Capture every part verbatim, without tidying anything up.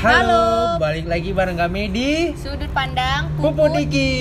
Halo, balik lagi bareng kami di Sudut Pandang Pupu Diki.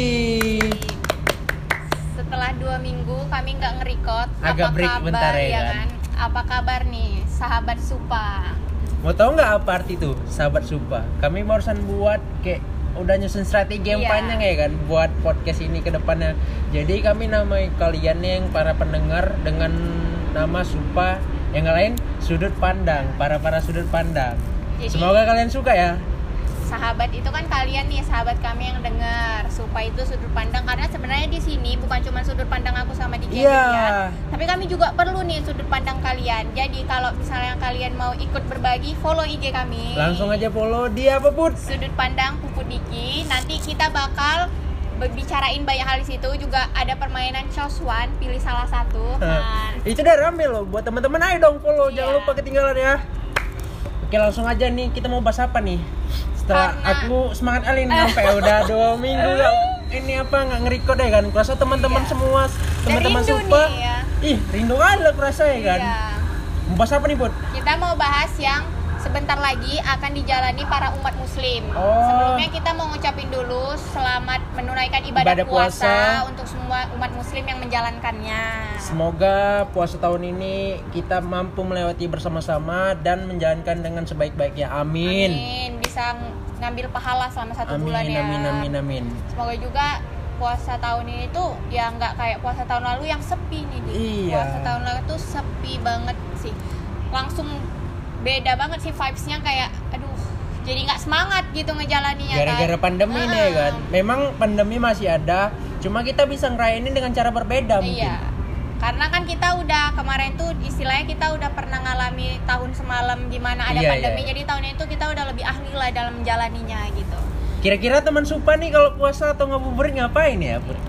Setelah dua minggu kami nggak nge-record. Agak apa break kabar, bentar ya, ya kan? kan? Apa kabar nih sahabat Supa? Mau tahu nggak apa arti itu sahabat Supa? Kami barusan buat kayak udah nyusun strategi yang Iya. panjang ya kan buat podcast ini ke depannya. Jadi kami namai kalian yang para pendengar dengan nama Supa, yang lain sudut pandang, para-para sudut pandang. Jadi, Semoga kalian suka ya. sahabat itu kan kalian nih, sahabat kami yang dengar. Supa itu sudut pandang, karena sebenarnya di sini bukan cuma sudut pandang aku sama Diki Iya. ya, tapi kami juga perlu nih sudut pandang kalian. Jadi kalau misalnya kalian mau ikut berbagi, follow I G kami. Langsung aja follow dia apa Put? Sudut Pandang Pupu Diki. Nanti kita bakal bicarain banyak hal di situ. Juga ada permainan Choose One, pilih salah satu. Nah, Itu udah rame loh. Buat teman-teman ayo dong follow, Iya. jangan lupa ketinggalan ya. Oke, langsung aja nih, kita mau bahas apa nih? Setelah Karena- aku semangat kali ini sampai udah dua minggu gak, ini apa nggak nge-record ya kan? Kurasa teman-teman Iya. semua, teman-teman rindu Supa, nih ya. ih rindu kali lah kurasa ya kan? iya. Mau bahas apa nih Bud? Kita mau bahas yang sebentar lagi akan dijalani para umat muslim. Oh. Sebelumnya kita mau ngucapin dulu selamat menunaikan ibadah, Ibadah puasa, puasa. untuk semua umat muslim yang menjalankannya. Semoga puasa tahun ini kita mampu melewati bersama-sama dan menjalankan dengan sebaik-baiknya. Amin. Amin. Bisa ng- ngambil pahala selama satu Amin, bulan ya. amin, amin, amin. Semoga juga puasa tahun ini tuh ya nggak kayak puasa tahun lalu yang sepi nih. Di. Iya. Puasa tahun lalu tuh sepi banget sih. Langsung beda banget sih vibes-nya, kayak aduh jadi nggak semangat gitu ngejalaninya. Gara-gara kan. pandemi Ah. nih ya kan. Memang pandemi masih ada, cuma kita bisa ngerayainin dengan cara berbeda mungkin. Iya. Karena kan kita udah kemarin tuh istilahnya kita udah pernah ngalami tahun semalam gimana ada Iya, pandemi. iya. Jadi tahun itu kita udah lebih ahli lah dalam menjalaninya gitu. Kira-kira teman Supa nih kalau puasa atau ngabuburit ngapain ya, Put?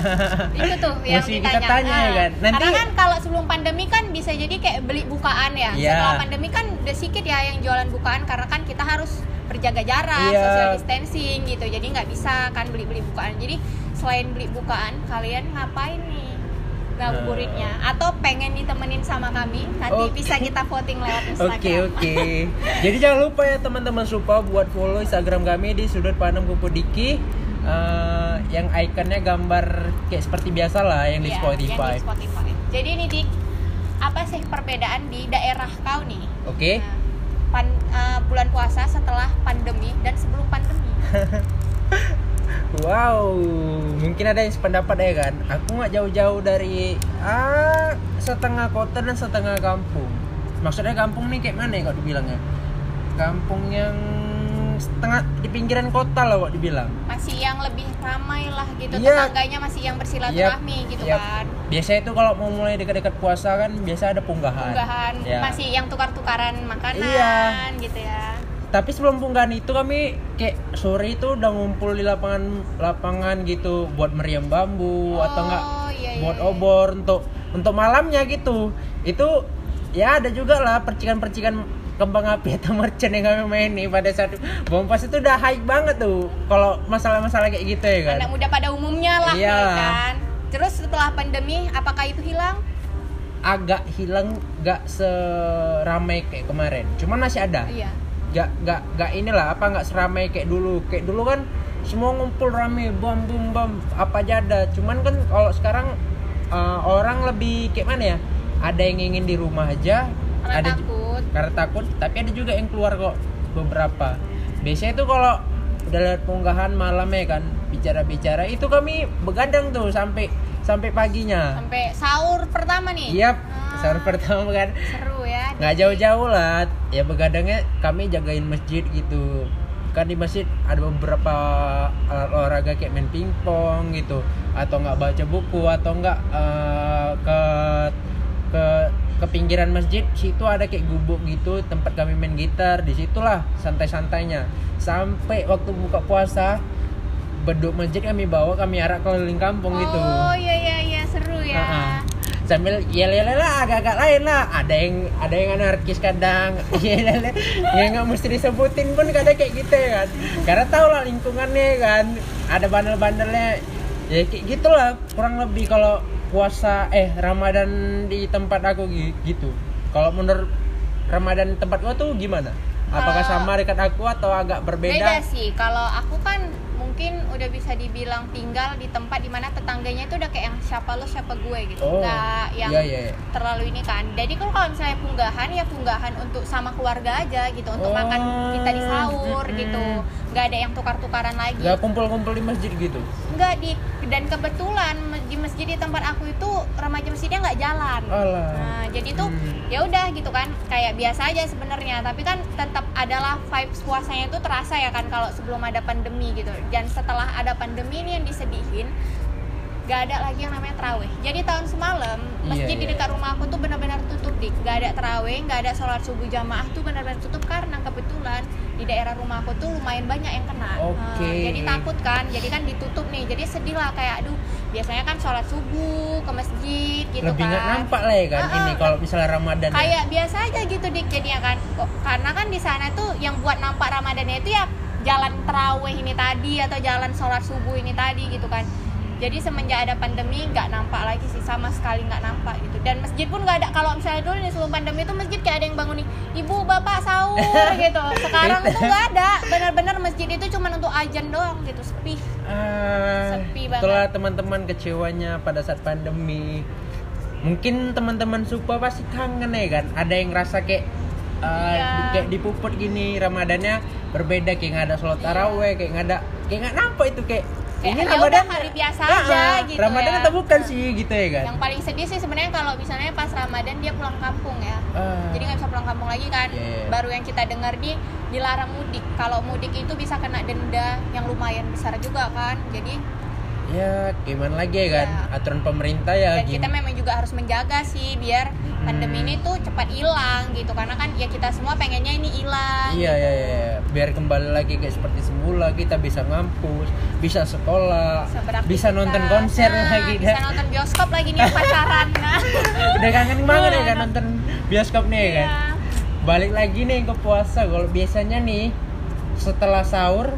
Itu tuh yang Mesti ditanya. kita tanya ya kan. Nanti Karena kan kalau sebelum pandemi kan bisa jadi kayak beli bukaan ya. Iya. Setelah pandemi kan udah sedikit ya yang jualan bukaan, karena kan kita harus berjaga jarak, Iya. social distancing gitu. Jadi nggak bisa kan beli-beli bukaan. Jadi selain beli bukaan, kalian ngapain nih ngabuburitnya? Atau pengen ditemenin sama kami? Nanti Oke. bisa kita voting lewat Instagram. Oke oke. Jadi jangan lupa ya teman-teman Supa buat follow Instagram kami di Sudut Pandang Pupu Diki. Eh, yang ikonnya gambar kayak seperti biasa lah yang di Iya, Spotify. yang di Spotify. Jadi ini Dik, apa sih perbedaan di daerah kau nih? Oke. Nah, pan- uh, bulan puasa setelah pandemi dan sebelum pandemi. Wow, mungkin ada yang sependapat ya kan. Aku nggak jauh-jauh dari ah setengah kota dan setengah kampung. Maksudnya kampung nih kayak mana ya kalau dibilangnya? Kampung yang setengah di pinggiran kota lah kok dibilang. Masih yang lebih ramai lah gitu, Iya. tetangganya masih yang bersilaturahmi gitu Yap. kan. Biasanya itu kalau mau mulai dekat-dekat puasa kan biasa ada punggahan. Unggahan, Ya. masih yang tukar-tukaran makanan Iya. gitu ya. Tapi sebelum punggahan itu kami kayak sore itu udah ngumpul di lapangan lapangan gitu buat meriam bambu atau enggak Oh, iya, iya, buat iya. obor untuk untuk malamnya gitu. Itu ya ada juga lah percikan-percikan kembang api atau mercon yang kami main nih pada saat bom pas itu udah hype banget tuh kalau masalah-masalah kayak gitu ya kan. Anak muda pada umumnya lah Iya. ya kan. Terus setelah pandemi apakah itu hilang? Agak hilang, gak seramai kayak kemarin. Cuman masih ada. Iya. Gak gak gak inilah apa nggak seramai kayak dulu. Kayak dulu kan semua ngumpul rame bom bom bom apa aja ada. Cuman kan kalau sekarang uh, orang lebih kayak mana ya? Ada yang ingin di rumah aja, Karena ada takut. karena takut, tapi ada juga yang keluar kok beberapa. Biasanya itu kalau udah lihat punggahan malam ya kan, bicara-bicara itu kami begadang tuh sampai sampai paginya. Sampai sahur pertama nih. Yap, Ah, sahur pertama kan. Seru ya. Nggak jauh-jauh lah, ya begadangnya kami jagain masjid gitu. Kan di masjid ada beberapa alat olahraga kayak main pingpong gitu, atau nggak baca buku, atau nggak eh, ke ke ke pinggiran masjid situ ada kayak gubuk gitu tempat kami main gitar, disitulah santai-santainya sampai waktu buka puasa beduk masjid kami bawa, kami arak keliling kampung gitu. Oh iya iya iya, seru ya. Uh-uh. Sambil yel-yel lah agak-agak lain lah, ada yang ada yang anarkis kadang yel-yel ya nggak mesti disebutin pun kadang kayak gitu ya kan, karena tau lah lingkungannya kan ada bandel-bandelnya ya kayak gitulah kurang lebih kalau puasa eh Ramadan di tempat aku gitu. Kalau menurut Ramadan tempat gua tuh gimana? Apakah Kalau- sama dekat aku atau agak berbeda? Beda sih. Kalau aku kan mungkin udah bisa dibilang tinggal di tempat dimana tetangganya itu udah kayak yang siapa lo siapa gue gitu, Oh, nggak yang iya, iya. terlalu ini kan. Jadi kalau kalau misalnya punggahan ya punggahan untuk sama keluarga aja gitu, untuk Oh, makan kita di sahur mm-mm. gitu, nggak ada yang tukar-tukaran lagi. Gak kumpul-kumpul di masjid gitu? Nggak di dan kebetulan di masjid di tempat aku itu remaja masjidnya nggak jalan. Alah. Nah, jadi tuh Hmm. ya udah gitu kan, kayak biasa aja sebenarnya, tapi kan tetap adalah vibes puasanya itu terasa ya kan kalau sebelum ada pandemi gitu. Dan setelah ada pandemi ini yang disedihin, gak ada lagi yang namanya terawih. Jadi tahun semalam masjid Iya, di iya. dekat rumah aku tuh benar-benar tutup, dik. Gak ada terawih, gak ada sholat subuh jamaah tuh benar-benar tutup karena kebetulan di daerah rumah aku tuh lumayan banyak yang kena. Oke. Nah, jadi takut kan, jadi kan ditutup nih. Jadi sedih lah, kayak aduh biasanya kan sholat subuh ke masjid gitu. Lebih kan nggak nampak lah ya kan Uh-uh, ini kalau misalnya Ramadan. ya. kayak biasa aja gitu, dik, jadinya kan. Kok- karena kan di sana tuh yang buat nampak Ramadannya itu ya jalan terawih ini tadi atau jalan sholat subuh ini tadi gitu kan. Jadi semenjak ada pandemi nggak nampak lagi sih, sama sekali nggak nampak gitu. Dan masjid pun nggak ada. Kalau misalnya dulu nih sebelum pandemi itu masjid kayak ada yang bangunin ibu bapak sahur gitu. Sekarang tuh nggak ada. Benar-benar masjid itu cuma untuk azan doang gitu, sepi. Ah, Sepi banget. itulah teman-teman kecewanya pada saat pandemi. Mungkin teman-teman Supa pasti kangen ya kan. Ada yang rasa kayak uh, Iya. kayak dipuput gini Ramadannya berbeda, kayak nggak ada sholat taraweh, kayak nggak ada, kayak nggak nampak itu kayak Kayak, ini ya Ramadan udah hari biasa aja gitu Ramadan ya. atau bukan sih gitu ya kan. Yang paling sedih sih sebenarnya kalau misalnya pas Ramadan dia pulang kampung ya. Ah. Jadi nggak bisa pulang kampung lagi kan. Iya, iya. Baru yang kita dengar di dilarang mudik. Kalau mudik itu bisa kena denda yang lumayan besar juga kan. Jadi Ya gimana lagi ya kan, Iya. aturan pemerintah ya dan kita gim- memang juga harus menjaga sih biar pandemi ini tuh cepat hilang gitu. Karena kan ya kita semua pengennya ini hilang. Iya, iya, iya, biar kembali lagi kayak seperti semula, kita bisa ngampus, bisa sekolah, Bisa bisa, beraktivitas. nonton konser Nah, lagi, bisa dah. nonton bioskop lagi nih pacaran. Nah. Udah kangen banget ya kan nonton bioskop nih ya kan. Iya. Balik lagi nih ke puasa, kalau biasanya nih setelah sahur,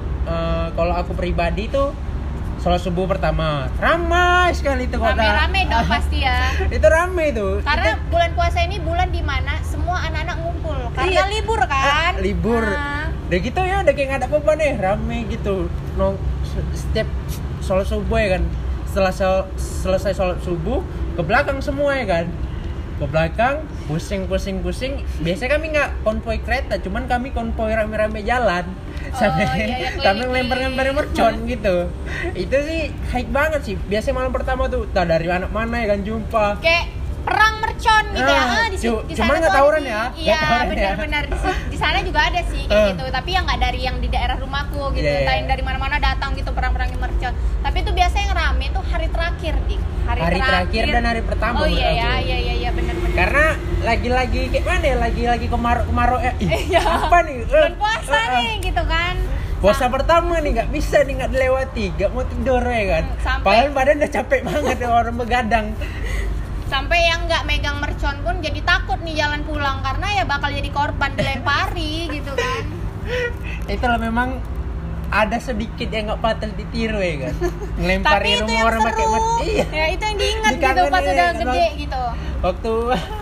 eh, kalau aku pribadi tuh sholat subuh pertama ramai sekali itu kota. Rame-rame dong pasti ya. Itu rame tuh. Karena Kita- bulan puasa ini bulan dimana semua anak-anak ngumpul karena Iya. libur kan. Ah, libur. Nah, Udah gitu ya, udah kayak nggak ada beban nih, rame gitu. No, setiap sholat subuh ya kan, setelah sel- selesai sholat subuh ke belakang semua ya kan, ke belakang pusing pusing pusing. Biasanya kami nggak konvoy kereta, cuman kami konvoy rame-rame jalan. Sampai iya, iya, kami keliling. lempar-lempar mercon gitu. Itu sih high banget sih. Biasanya malam pertama tuh tak dari anak mana ya kan jumpa. kayak perang mercon gitu ya. Ah, Ah, di, cu- di cuman sana nggak tuh tawuran ada ya, sih. nggak Iya, tawuran ya. benar-benar di, di sana juga ada sih kayak Ah. gitu. Tapi yang nggak dari yang di daerah rumahku gitu. Iya, iya. Entah yang dari mana-mana datang gitu perang-perangnya mercon. Tapi itu biasanya yang rame tuh hari terakhir, Dik. Hari terakhir dan hari pertama Oh iya menurut ya, aku. iya iya iya benar-benar. Karena lagi-lagi kayak mana ya, lagi-lagi kemarau kemarau ya. Ih, Iya. apa nih? Eh, Bulan puasa eh, eh. nih gitu kan. Puasa pertama nih nggak bisa nih, nggak dilewati, nggak mau tidur ya kan. Hmm, sampai- Padahal badan udah capek banget ya, orang begadang. Sampai yang nggak megang mercon pun jadi takut nih jalan pulang karena ya bakal jadi korban dilempari gitu kan. Itulah memang ada sedikit yang nggak patut ditiru ya kan. Ngelempari Tapi itu rumah yang orang pakai seru. mat. Iya. Ya itu yang diingat gitu Dikangenin pas udah kan, gede Bang. gitu. Waktu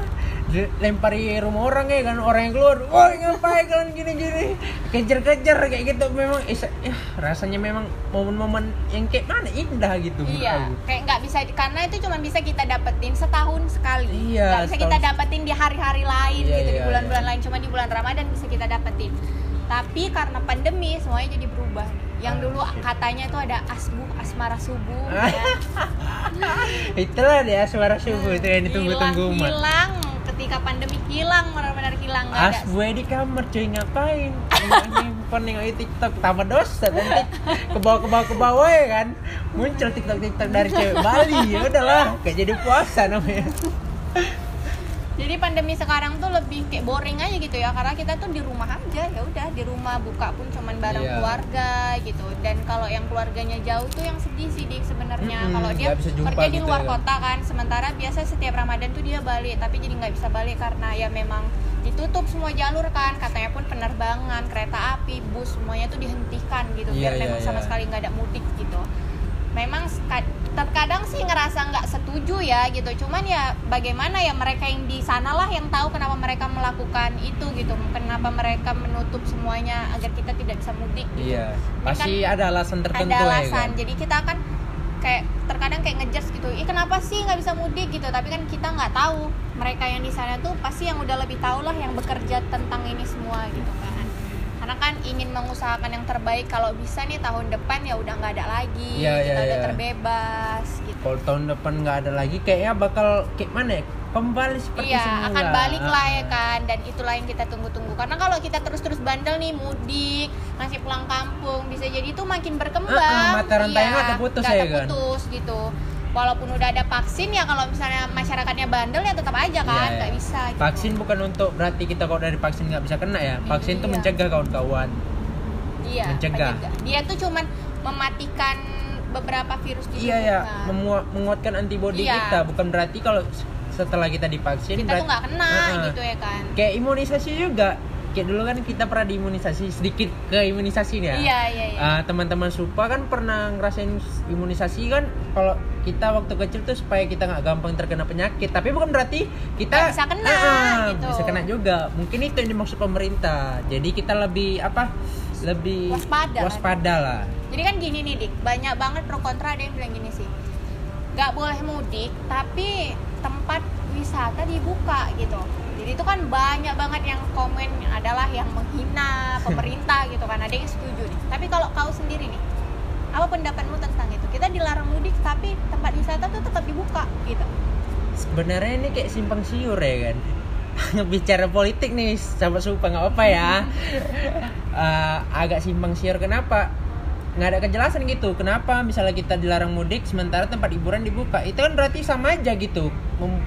lempari rumah orang ya kan, orang yang keluar, woi ngapain kalian gini-gini, kejar-kejar kayak gitu. Memang is- ya, rasanya memang momen-momen yang kayak mana indah gitu menurut Iya, aku. kayak nggak bisa karena itu cuma bisa kita dapetin setahun sekali. Iya, Nggak bisa kita setahun. dapetin di hari-hari lain Iya, gitu, di iya, bulan-bulan lain, cuma di bulan Ramadan bisa kita dapetin. Tapi karena pandemi semuanya jadi berubah. Yang Ah, dulu shit. katanya tuh ada asbuh, asmara subuh, Ah. ya. Itulah dia suara subuh itu yang hilang, ditunggu-tunggu umat. hilang. Ketika pandemi hilang, benar-benar hilang. Nggak ada. Asbue di kamar cuy, ngapain? Nyimpen nengok TikTok, tambah dosa nanti ke bawah ke bawah ke bawah ya kan. Muncul TikTok TikTok dari cewek Bali, ya udahlah, kayak jadi puasa namanya. Jadi pandemi sekarang tuh lebih kayak boring aja gitu ya, karena kita tuh di rumah aja, ya udah di rumah buka pun cuman bareng Iya. keluarga gitu. Dan kalau yang keluarganya jauh tuh yang sedih sih, Dik, sebenarnya. Mm-mm, Kalau dia nggak bisa jumpa kerja di gitu luar ya kan. kota kan, sementara biasa setiap Ramadan tuh dia balik, tapi jadi nggak bisa balik karena ya memang ditutup semua jalur kan, katanya pun penerbangan, kereta api, bus semuanya tuh dihentikan gitu, Iya, biar iya, memang sama iya. sekali nggak ada mudik gitu. memang terkadang sih ngerasa nggak setuju ya gitu, cuman ya bagaimana ya, mereka yang di sana lah yang tahu kenapa mereka melakukan itu gitu, kenapa mereka menutup semuanya agar kita tidak bisa mudik gitu. Iya, pasti kan ada alasan tertentu ada alasan ya kan? Jadi kita kan kayak terkadang kayak ngejudge gitu, ih kenapa sih nggak bisa mudik gitu, tapi kan kita nggak tahu mereka yang di sana tuh pasti yang udah lebih tahu lah, yang bekerja tentang ini semua gitu kan. Karena kan ingin mengusahakan yang terbaik, kalau bisa nih tahun depan ya udah nggak ada lagi, ya, kita ya, udah ya. terbebas gitu. Kalau tahun depan nggak ada lagi kayaknya bakal kayak mana ya, kembali seperti iya, semula. akan balik lah ya kan, dan itulah yang kita tunggu-tunggu. Karena kalau kita terus-terus bandel nih mudik, masih pulang kampung, bisa jadi tuh makin berkembang. Uh-uh, mata rantainya nggak iya, terputus nggak ya kan? terputus gitu. Walaupun udah ada vaksin ya, kalau misalnya masyarakatnya bandel ya tetap aja kan, nggak Iya, iya. bisa gitu. Vaksin bukan untuk berarti kita kalau dari vaksin nggak bisa kena ya. Vaksin itu Iya. mencegah kawan-kawan. Iya, mencegah. penjaga. Dia tuh cuman mematikan beberapa virus di Iya tubuh ya, kan. memu- menguatkan antibodi Iya. kita. Bukan berarti kalau setelah kita divaksin Kita tuh nggak kena Uh-uh. gitu ya kan. Kayak imunisasi juga. Kayak dulu kan kita pernah diimunisasi sedikit ke imunisasi ya. Iya, iya, iya. Uh, teman-teman Supa kan pernah ngerasain imunisasi kan, kalau kita waktu kecil tuh supaya kita nggak gampang terkena penyakit, tapi bukan berarti kita Nggak bisa kena, uh, gitu. bisa kena juga. Mungkin itu yang dimaksud pemerintah. Jadi kita lebih apa? Lebih Waspada. waspada lah. Jadi kan gini nih Dik, banyak banget pro kontra, ada yang bilang gini sih, nggak boleh mudik tapi tempat wisata dibuka gitu. Jadi itu kan banyak banget yang komen adalah yang menghina pemerintah gitu kan, ada yang setuju nih. Tapi kalau kau sendiri nih, apa pendapatmu tentang itu? Kita dilarang mudik tapi tempat wisata tuh tetap dibuka gitu. Sebenarnya ini kayak simpang siur ya kan. Bicara politik nih sahabat Supa, nggak apa ya. uh, agak simpang siur. Kenapa nggak ada kejelasan gitu, kenapa misalnya kita dilarang mudik sementara tempat hiburan dibuka? Itu kan berarti sama aja gitu, Mem-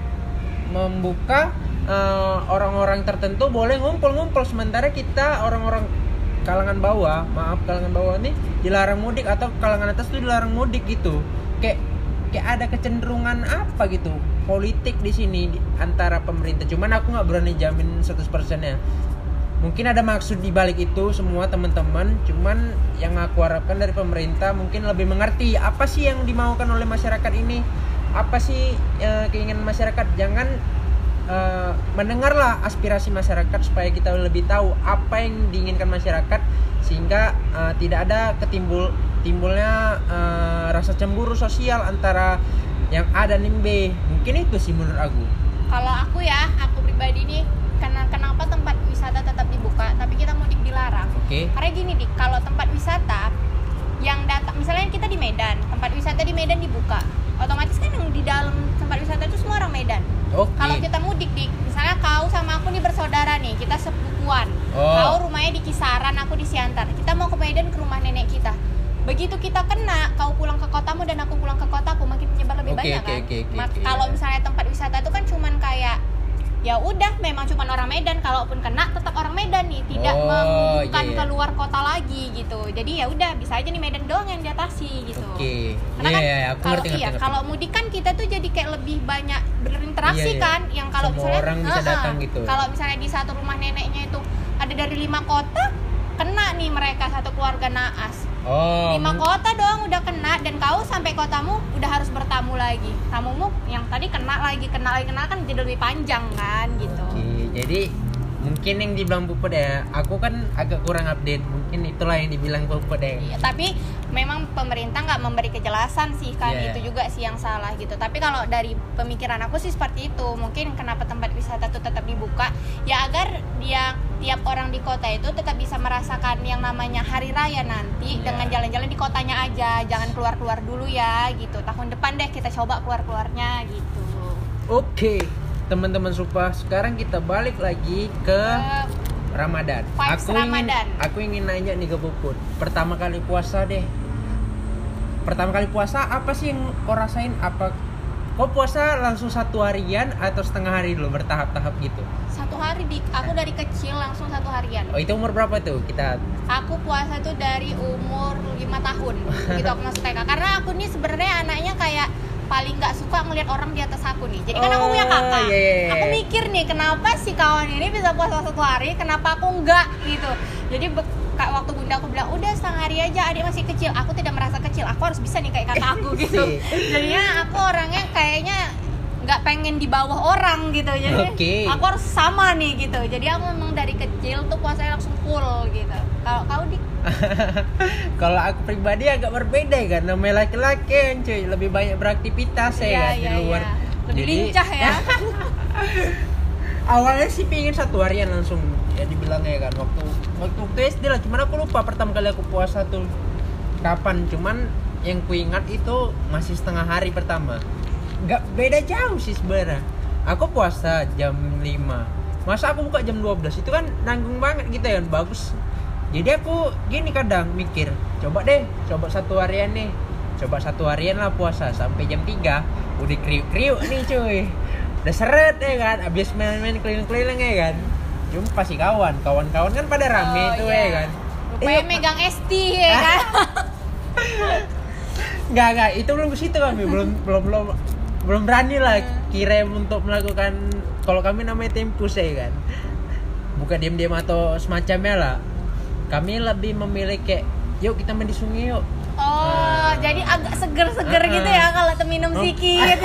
membuka uh, orang-orang tertentu boleh ngumpul-ngumpul, sementara kita orang-orang kalangan bawah, maaf kalangan bawah nih dilarang mudik, atau kalangan atas tuh dilarang mudik gitu. Kayak kayak ada kecenderungan apa gitu politik di sini di, antara pemerintah. Cuman aku nggak berani jamin seratus persen ya. Mungkin ada maksud di balik itu semua teman-teman. Cuman yang aku harapkan dari pemerintah mungkin lebih mengerti apa sih yang dimaukan oleh masyarakat ini. Apa sih e, keinginan masyarakat. Jangan e, mendengarlah aspirasi masyarakat supaya kita lebih tahu apa yang diinginkan masyarakat, sehingga e, tidak ada ketimbul timbulnya e, rasa cemburu sosial antara yang A dan yang B. Mungkin itu sih menurut aku. Kalau aku ya, aku pribadi nih, karena kenapa tempat wisata tetap dibuka tapi kita mudik dilarang? Oke. Okay. Karena gini Dik, kalau tempat wisata yang datang, misalnya kita di Medan, tempat wisata di Medan dibuka, otomatis kan yang di dalam tempat wisata itu semua orang Medan. Oke. Kalau kita mudik Dik, misalnya kau sama aku nih bersaudara nih, kita sepupuan. Oh. Kau rumahnya di Kisaran, aku di Siantar. Kita mau ke Medan ke rumah nenek kita. Begitu kita kena, kau pulang ke kotamu dan aku pulang ke kotaku, makin menyebar lebih Oke, banyak oke, kan. oke, oke, Mak- oke, kalau ya. misalnya tempat wisata itu kan cuman kayak ya udah memang cuma orang Medan, kalaupun kena tetap orang Medan nih, tidak Oh, membukan iya, iya. keluar kota lagi gitu. Jadi ya udah bisa aja nih Medan doang yang diatasi gitu. Oke. Karena Iya, kan iya, aku kalau ngerti, iya, ngerti, ngerti. kalau mudik kan kita tuh jadi kayak lebih banyak berinteraksi Iya, iya. kan, yang kalau Semua misalnya orang bisa Heeh. datang gitu. Kalau misalnya di satu rumah neneknya itu ada dari lima kota, kena nih mereka satu keluarga naas. Oh. Lima mung- kota doang udah kena, dan kau sampai kotamu udah harus bertamu lagi. Tamumu yang tadi kena lagi, kena lagi, kena kan jadi lebih panjang kan gitu. Oke, jadi mungkin yang dibilang Puput ya, aku kan agak kurang update. Mungkin itulah yang dibilang Puput ya. Iya, tapi memang pemerintah nggak memberi kejelasan sih kan, Iya. itu juga sih yang salah gitu. Tapi kalau dari pemikiran aku sih seperti itu. Mungkin kenapa tempat wisata itu tetap dibuka ya agar dia tiap orang di kota itu tetap bisa merasakan yang namanya hari raya nanti Iya. dengan jalan-jalan di kotanya aja, jangan keluar-keluar dulu ya gitu. Tahun depan deh kita coba keluar-keluarnya gitu. Oke, teman-teman Supa, sekarang kita balik lagi ke Eh, Ramadan. vibes Aku ingin, Ramadan. aku ingin nanya nih ke Puput. Pertama kali puasa deh. Pertama kali puasa apa sih yang kau rasain? Apa kau puasa langsung satu harian atau setengah hari dulu bertahap-tahap gitu? satu hari di aku dari kecil langsung satu harian. Oh, itu umur berapa tuh kita? Aku puasa tuh dari umur lima tahun gitu aku masuk T K. Karena aku nih sebenarnya anaknya kayak paling nggak suka ngelihat orang di atas aku nih. Jadi kan aku punya kakak. Oh, iya, iya. Aku mikir nih kenapa si kawan ini bisa puasa satu hari, kenapa aku enggak gitu. Jadi be- kak waktu bunda aku bilang udah setengah hari aja, adik masih kecil. Aku tidak merasa kecil, aku harus bisa nih kayak kakak aku gitu. Jadinya aku orangnya kayaknya nggak pengen di bawah orang gitu, jadi okay. aku harus sama nih gitu. Jadi aku memang dari kecil tuh puasanya langsung full gitu. Kalau kau Dik? Kalau aku pribadi agak berbeda kan, namanya laki-laki cuy, lebih banyak beraktivitas ya, ya kan, ya, di luar. Ya. Lebih Jadi, lincah ya. Awalnya sih pingin satu harian langsung ya dibilangnya kan, waktu waktu waktu S D lah, cuman aku lupa pertama kali aku puasa tuh kapan. Cuman yang kuingat itu masih setengah hari pertama. Nggak beda jauh sih sebenarnya. Aku puasa jam lima, masa aku buka jam dua belas, itu kan nanggung banget gitu ya, bagus. Jadi aku gini kadang mikir, coba deh, coba satu harian nih, coba satu harian lah puasa sampai jam tiga, udah kriuk-kriuk nih cuy, udah seret ya kan, abis main-main keliling-keliling ya kan, jumpa si kawan, kawan-kawan kan pada rame oh, tuh iya. ya kan. Rupanya Eh, megang S T ya kan. Nggak, nggak, itu belum ke situ kami, belum belum belum belum berani lah kirim untuk melakukan, kalau kami namanya tempus ya kan, bukan diam-diam atau semacamnya lah. Kami lebih memilih kayak yuk kita main di sungai yuk. Oh, uh, jadi agak seger-seger uh, uh. gitu ya kalau minum Oh. sedikit.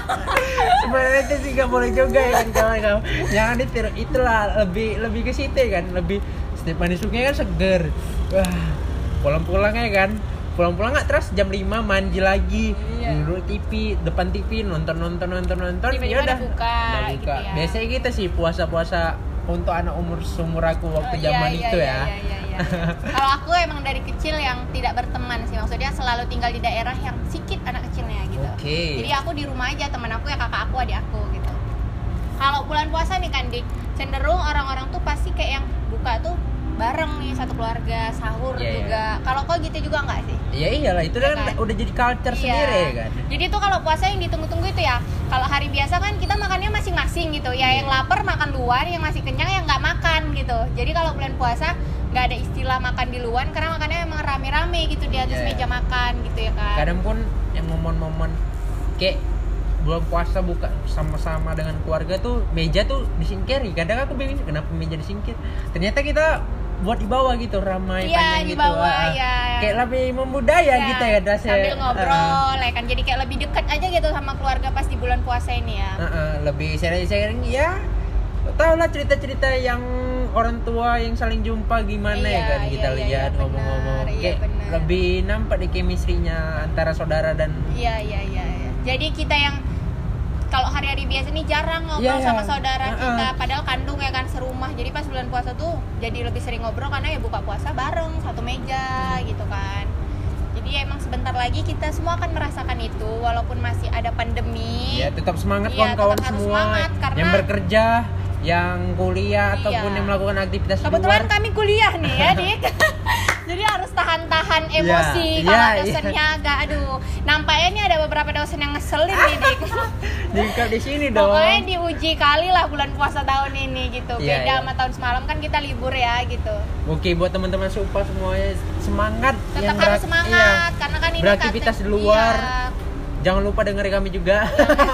Sebenarnya itu sih nggak boleh juga ya kan kawan-kawan. Jangan ditiru, itulah lebih lebih ke situ ya kan, lebih setiap main di sungai kan seger. Wah, pulang-pulang ya kan. Pulang-pulang nggak, terus jam lima mandi lagi, Iya. duduk T V, depan T V nonton nonton nonton nonton, Tiba-tiba ya udah udah buka, udah buka. gitu ya. Biasanya gitu sih puasa-puasa untuk anak umur seumur aku waktu Oh, zaman iya, itu iya, ya. iya, iya, iya. Kalau aku emang dari kecil yang tidak berteman sih, maksudnya selalu tinggal di daerah yang sedikit anak kecilnya gitu. Oke. Jadi aku di rumah aja, teman aku ya kakak aku, adik aku gitu. Kalau bulan puasa nih kan Dik, cenderung orang-orang tuh pasti kayak yang buka tuh bareng nih satu keluarga, sahur Iya, juga. Kalau kau gitu juga nggak sih? Iya iyalah, itu Iya kan kan? udah jadi culture Iya. sendiri ya kan. Jadi tuh kalau puasa yang ditunggu-tunggu itu ya, kalau hari biasa kan kita makannya masing-masing gitu. Ya Iya. yang lapar makan luar, yang masih kenyang yang nggak makan gitu. Jadi kalau bulan puasa nggak ada istilah makan di luar, karena makannya emang rame-rame gitu di atas Iya. meja makan gitu ya kan. Kadang pun yang momen-momen kayak bulan puasa buka sama-sama dengan keluarga tuh meja tuh disingkiri. Kadang aku bingung kenapa meja disingkir. Ternyata kita buat di bawah gitu, ramai Iya, panjang di gitu. bawah, ah, ah. ya. Kayak lebih membudaya Ya, gitu ya rasanya. sambil ngobrol ya kan, jadi kayak lebih dekat aja gitu sama keluarga pas di bulan puasa ini ya. Uh, uh, lebih sharing-sharing ya. Tahu lah cerita-cerita yang orang tua yang saling jumpa gimana Iya, ya kan, iya, kita iya, lihat iya, ngomong-ngomong. benar, iya, Kayak benar. lebih nampak di chemistry-nya antara saudara dan Iya iya iya. iya. Jadi kita yang kalau hari-hari biasa nih jarang ngobrol Iya, sama saudara uh-uh. kita, padahal kandung ya kan serumah. Jadi pas bulan puasa tuh jadi lebih sering ngobrol karena ya buka puasa bareng satu meja gitu kan. Jadi emang sebentar lagi kita semua akan merasakan itu walaupun masih ada pandemi. ya tetap semangat Iya, kawan-kawan tetap harus semua semangat, karena- yang bekerja, yang kuliah Iya. ataupun yang melakukan aktivitas di Kebetulan luar. kami kuliah nih ya, Dik. Jadi harus tahan-tahan emosi Iya, kalau iya, dosennya agak aduh. Nampaknya nih ada beberapa dosen yang ngeselin nih, Dik. Di, di sini dong. Pokoknya diuji kali lah bulan puasa tahun ini gitu. Iya, Beda iya. sama tahun semalam kan kita libur ya gitu. Oke, buat teman-teman Supa semuanya semangat. Tetap yang harus berak- semangat iya, karena kan ini beraktivitas kata- di luar. Iya. Jangan lupa dengerin kami juga.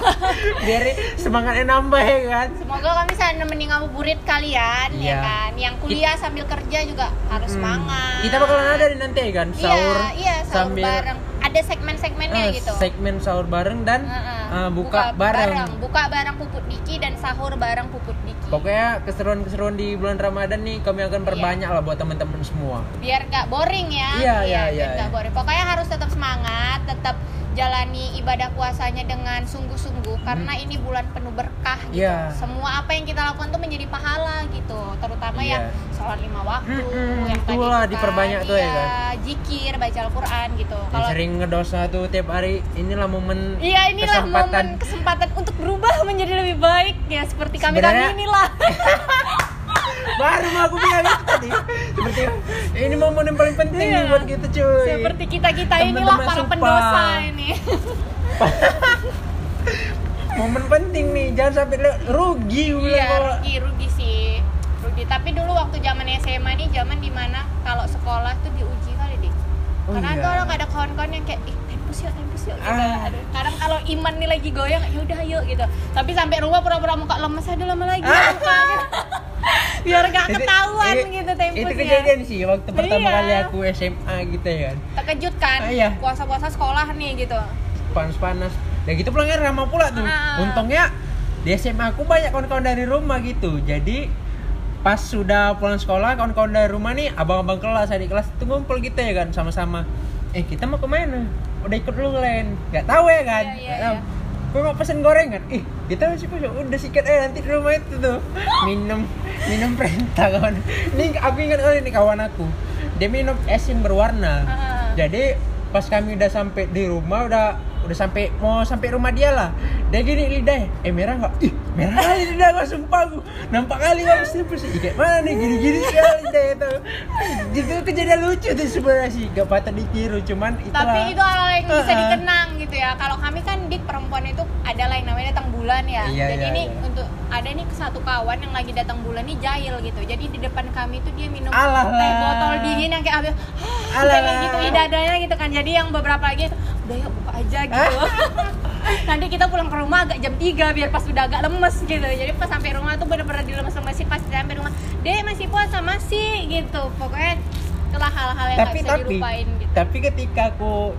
Biar semangatnya nambah ya kan. Semoga kami bisa nemenin ngabuburit kalian ya Iya. kan. Yang kuliah sambil kerja juga harus Hmm. semangat. Kita bakalan ada di nanti ya kan, sahur Iya, iya, sahur sambil bareng. Ada segmen-segmennya eh, gitu. segmen sahur bareng dan Heeh. eh, buka, bareng. Buka bareng Puput Diki dan sahur bareng Puput Diki. Pokoknya keseruan-keseruan di bulan Ramadan nih kami akan perbanyak lah buat teman-teman semua. Biar gak boring ya. Iya, iya, biar iya, gak iya. boring. Pokoknya harus tetap semangat, tetap jalani ibadah puasanya dengan sungguh-sungguh karena ini bulan penuh berkah gitu. Iya. Semua apa yang kita lakukan tuh menjadi pahala gitu. Terutama Iya. yang sholat lima waktu, Mm-mm, yang tadi itulah itu diperbanyak kan, tuh ya iya, kan. Zikir, baca Al-Qur'an gitu. Yang Kalau sering ngedosa tuh tiap hari, inilah momen iya inilah kesempatan. momen kesempatan untuk berubah menjadi lebih baik ya seperti kami kami Sebenarnya- inilah. Baru mau aku bilang itu tadi. Seperti ini momen yang paling penting Iya. buat kita cuy. Seperti kita-kita inilah Teman-teman para Supa. pendosa ini. Momen penting nih, jangan sampai lu- rugi gue bilang Iya, kalau- rugi, rugi sih. Rugi. Tapi dulu waktu zaman S M A nih zaman dimana kalau sekolah tuh diuji kali deh. Oh, Karena iya. ada orang ada kawan-kawan yang kayak ih tempus yuk, tempus yuk gitu. Ah. Aduh, kadang kalau iman nih lagi goyang, ya udah yuk gitu. Tapi sampai rumah pura-pura muka lemes, aduh lama lagi Ah. muka gitu. biar gak Itu- ketahuan itu- gitu tempusnya. Itu kejadian sih waktu pertama Iya. kali aku S M A gitu ya kan. Terkejut kan, Ah, iya. puasa-puasa sekolah nih gitu. Panas-panas. Dan gitu pulangnya ramah pula tuh. Ah. Untungnya di S M A aku banyak kawan-kawan dari rumah gitu. Jadi pas sudah pulang sekolah, kawan-kawan dari rumah nih, abang-abang kelas, adik kelas itu ngumpul gitu ya kan, sama-sama. Eh kita mau kemana? Udah ikut lu Len? Gak tahu ya kan? Iya, iya, Gak tahu. iya. Gue mau pesen gorengan. Ih kita masih punya. Udah sikat aja nanti di rumah itu tuh. Minum minum perintah kawan. Ini aku ingat kali ini kawan aku. Dia minum es yang berwarna. Ah. Jadi pas kami udah sampai di rumah udah udah sampai mau sampai rumah dia lah. Dia gini lidah, eh merah nggak? Ih merah kali lidah gua sumpah gua. Nampak kali gua mesti mesti. Ih kayak mana nih gini-gini sekali lidah itu. Itu kejadian lucu tuh sebenarnya sih, gak patut ditiru cuman itulah. Tapi itu hal yang bisa Uh-uh. dikenang gitu ya. Kalau kami kan dik perempuan itu ada lah yang namanya datang bulan ya. Iya, Jadi iya, ini iya. untuk ada nih satu kawan yang lagi datang bulan nih jahil gitu. Jadi di depan kami tuh dia minum Alah teh lah. botol dingin yang kayak habis Alah kayak lah. gitu idadanya gitu kan. Jadi yang beberapa lagi udah ya buka aja gitu. Nanti kita pulang ke rumah agak jam tiga biar pas udah agak lemes gitu. Jadi pas sampai rumah tuh bener-bener dilemes-lemesin, pas sampai rumah dia masih puasa masih gitu. Pokoknya itulah hal-hal yang nggak tapi bisa tapi dilupain gitu. tapi ketika aku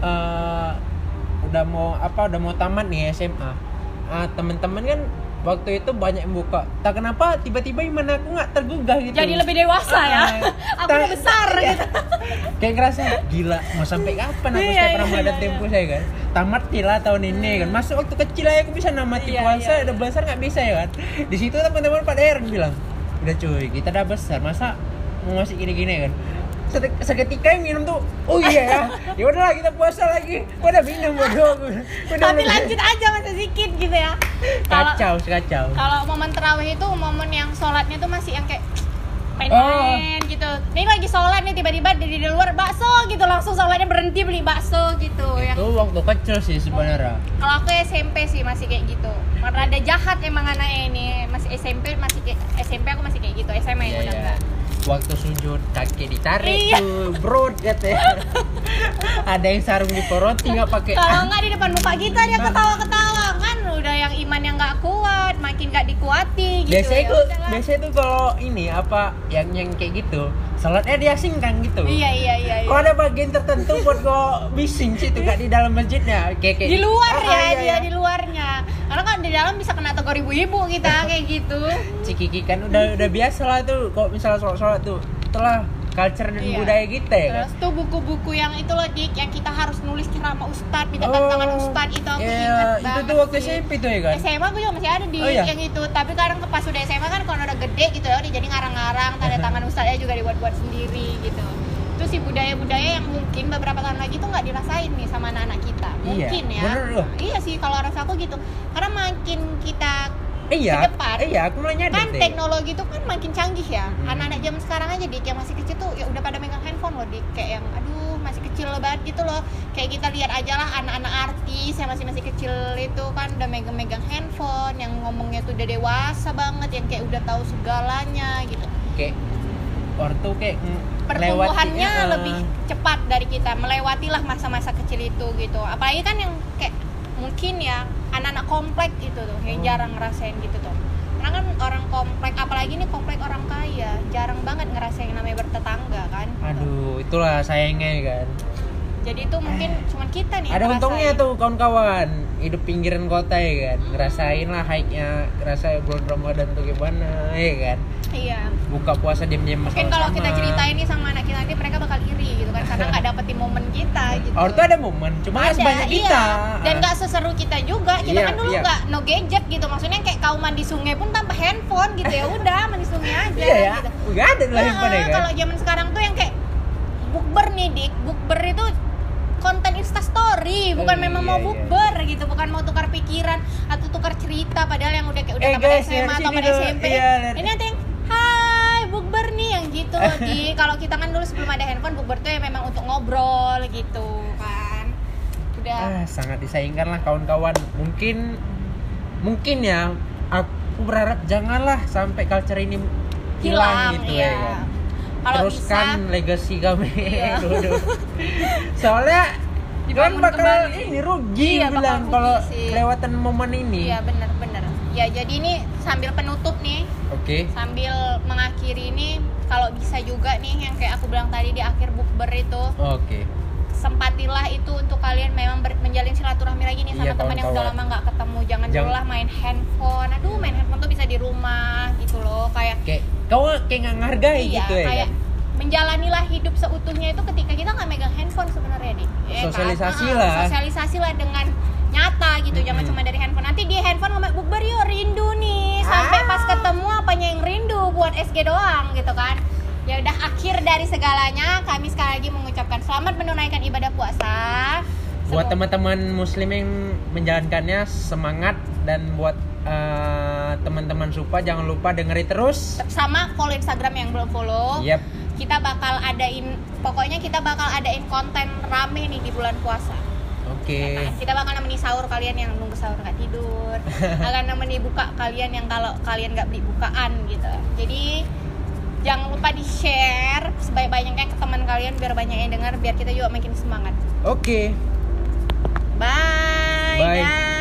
eh, udah mau apa udah mau tamat nih S M A, ah, teman-teman kan waktu itu banyak yang buka. Tak kenapa tiba-tiba iman aku nggak tergugah gitu. Jadi lebih dewasa ya. Ah, Aku tak- udah besar iya. gitu. Kayak ngerasa gila mau sampai kapan aku Iya, setiap iya, Ramadan iya, tempo saya kan. Tamat lah tahun ini kan. Masuk waktu kecil aja aku bisa namati Iya, puasa, iya. udah besar nggak bisa ya kan. Di situ teman-teman pada heran bilang, udah cuy kita udah besar masa mau masih gini-gini kan. Sete- Seketika yang minum tuh, oh iya ya, ya udahlah kita puasa lagi. Gua udah minum bodoh. Gua- gua udah- Tapi lanjut aja masih sedikit gitu ya. Kalau Kacau, kacau. kalau momen terawih itu momen yang sholatnya tuh masih yang kayak pengen Oh. gitu. Ini lagi sholat nih tiba-tiba di, di luar bakso gitu, langsung sholatnya berhenti beli bakso gitu ya. Itu waktu kecil sih sebenarnya. Kalau aku S M P sih masih kayak gitu. Karena ada jahat emang anaknya ini. Masih S M P masih kayak S M P aku masih kayak gitu. S M A yang Iya, udah iya. enggak. Waktu sujud kaki ditarik Iya. tuh, bro katanya. Ada yang sarung diporoti nggak pakai. Kalau nggak di depan muka kita dia ketawa-ketawa kan udah yang iman yang nggak kuat, makin nggak dikuati gitu. Biasanya ya tuh, udahlah. biasanya tuh kalau ini apa yang yang kayak gitu, salatnya diasingkan gitu. Iya iya iya. iya. Kok ada bagian tertentu buat gua bising sih tuh, gak di dalam masjidnya, kayak kayak Di luar Ah, ya iya, dia iya. di luarnya. Karena kan di dalam bisa kena tegur ibu-ibu kita kayak gitu. Cikiki kan udah udah biasa lah tuh, kalau misalnya sholat-sholat tuh, itulah culture dan Iya. budaya kita ya kan. Terus tuh buku-buku yang itu loh Dik, yang kita harus nulis ceramah ustad, minta Oh, tantangan ustad itu aku iya, ingat itu banget. tuh waktu sih. S M P tuh ya kan. S M A aku juga masih ada di Oh, iya? yang itu, tapi kadang pas udah S M A kan kalau udah gede gitu ya, udah jadi ngarang-ngarang, tanda tangan ustadznya juga dibuat-buat sendiri gitu. Itu sih budaya-budaya yang mungkin beberapa tahun lagi tuh nggak dirasain nih sama anak-anak kita. Iya, Mungkin ya. bener loh. Iya sih kalau rasa aku gitu. Karena makin kita Iya, ke depan, iya aku mulai nyadar kan deh. teknologi itu kan makin canggih ya. Hmm. Anak-anak zaman sekarang aja Dik yang masih kecil tuh ya udah pada megang handphone loh Dik, kayak yang aduh masih kecil banget gitu loh. Kayak kita lihat aja lah anak-anak artis yang masih masih kecil itu kan udah megang-megang handphone, yang ngomongnya tuh udah dewasa banget, yang kayak udah tahu segalanya gitu. Kayak ortu kayak mm, Pertumbuhannya lewati, eh, lebih cepat dari kita, melewatilah masa-masa kecil itu gitu. Apalagi kan yang kayak mungkin ya anak-anak komplek gitu tuh yang Oh. jarang ngerasain gitu tuh. Karena kan orang komplek, apalagi nih komplek orang kaya, jarang banget ngerasain yang namanya bertetangga kan. Aduh, itulah sayangnya kan. Jadi itu mungkin cuman kita nih yang Ada untungnya ngerasain. tuh kawan-kawan hidup pinggiran kota ya kan. Ngerasain lah hike-nya, ngerasain bulan Ramadan tuh gimana ya kan. Iya. Buka puasa diam-diam Mungkin kalau sama-sama. kita ceritain nih sama anak kita nanti mereka bakal iri gitu kan karena nggak dapetin momen kita gitu. Ortu ada momen, cuma nggak Ada, sebanyak iya. kita. Dan nggak seseru kita juga. Kita Iya, kan dulu iya. nggak no gadget gitu. Maksudnya kayak kau mandi sungai pun tanpa handphone gitu ya. Udah mandi sungai aja Iya ya, gitu. nggak ada lah Nah, handphone ya kan. kalau zaman sekarang tuh yang kayak bukber nih Dik. Bukber itu konten instastory, bukan Oh, memang iya, mau iya. bukber gitu, bukan mau tukar pikiran atau tukar cerita padahal yang udah kayak udah Eh, tamat guys, S M A lihat atau sini tamat dulu. S M P. Iya, lihat. Ini nanti yang hai bukber nih yang gitu di kalau kita kan dulu sebelum ada handphone bukber tuh ya memang untuk ngobrol gitu kan. Udah Ah, sangat disayangkan lah kawan-kawan. Mungkin mungkin ya aku berharap janganlah sampai culture ini hilang, hilang gitu ya. ya kan. Kalau Teruskan bisa legacy kami Iya. dulu. Soalnya kan Dibangun bakal kembali. ini rugi Iya, bakal bilang rugi kalau sih. kelewatan momen ini. iya benar-benar. Ya jadi ini sambil penutup nih, Oke. sambil mengakhiri ini, kalau bisa juga nih yang kayak aku bilang tadi di akhir bukber itu, Oke. sempatilah itu untuk kalian memang ber- menjalin silaturahmi lagi nih sama Iya, teman yang udah kawan-kawan. lama nggak ketemu. Jangan Jangan- dulu lah main handphone. Aduh, main handphone tuh bisa di rumah gitu loh, kayak Kayak kau kayak nggak ngargai iya, gitu ya. kayak Kan? menjalanilah hidup seutuhnya itu ketika kita nggak megang handphone sebenarnya deh. Ya kan? Sosialisasi Ah, lah. Sosialisasi lah dengan nyata gitu, jangan Mm-mm. cuma dari handphone. Nanti di handphone ngomong bukber yuk, rindu nih. Sampai Ah. pas ketemu apanya yang rindu buat S G doang gitu kan. Ya udah, akhir dari segalanya kami sekali lagi mengucapkan selamat menunaikan ibadah puasa. Buat Semoga- teman-teman muslim yang menjalankannya semangat, dan buat eh, teman-teman Supa jangan lupa dengerin terus. sama follow Instagram yang belum follow. Yap. Kita bakal adain, pokoknya kita bakal adain konten rame nih di bulan puasa. Oke. Nah, kita bakal nemenin sahur kalian yang nunggu sahur nggak tidur, akan nemenin buka kalian yang kalau kalian nggak beli bukaan gitu. Jadi jangan lupa di share sebanyak-banyaknya ke teman kalian biar banyak yang dengar, biar kita juga makin semangat. Oke. Bye. Bye. Dah.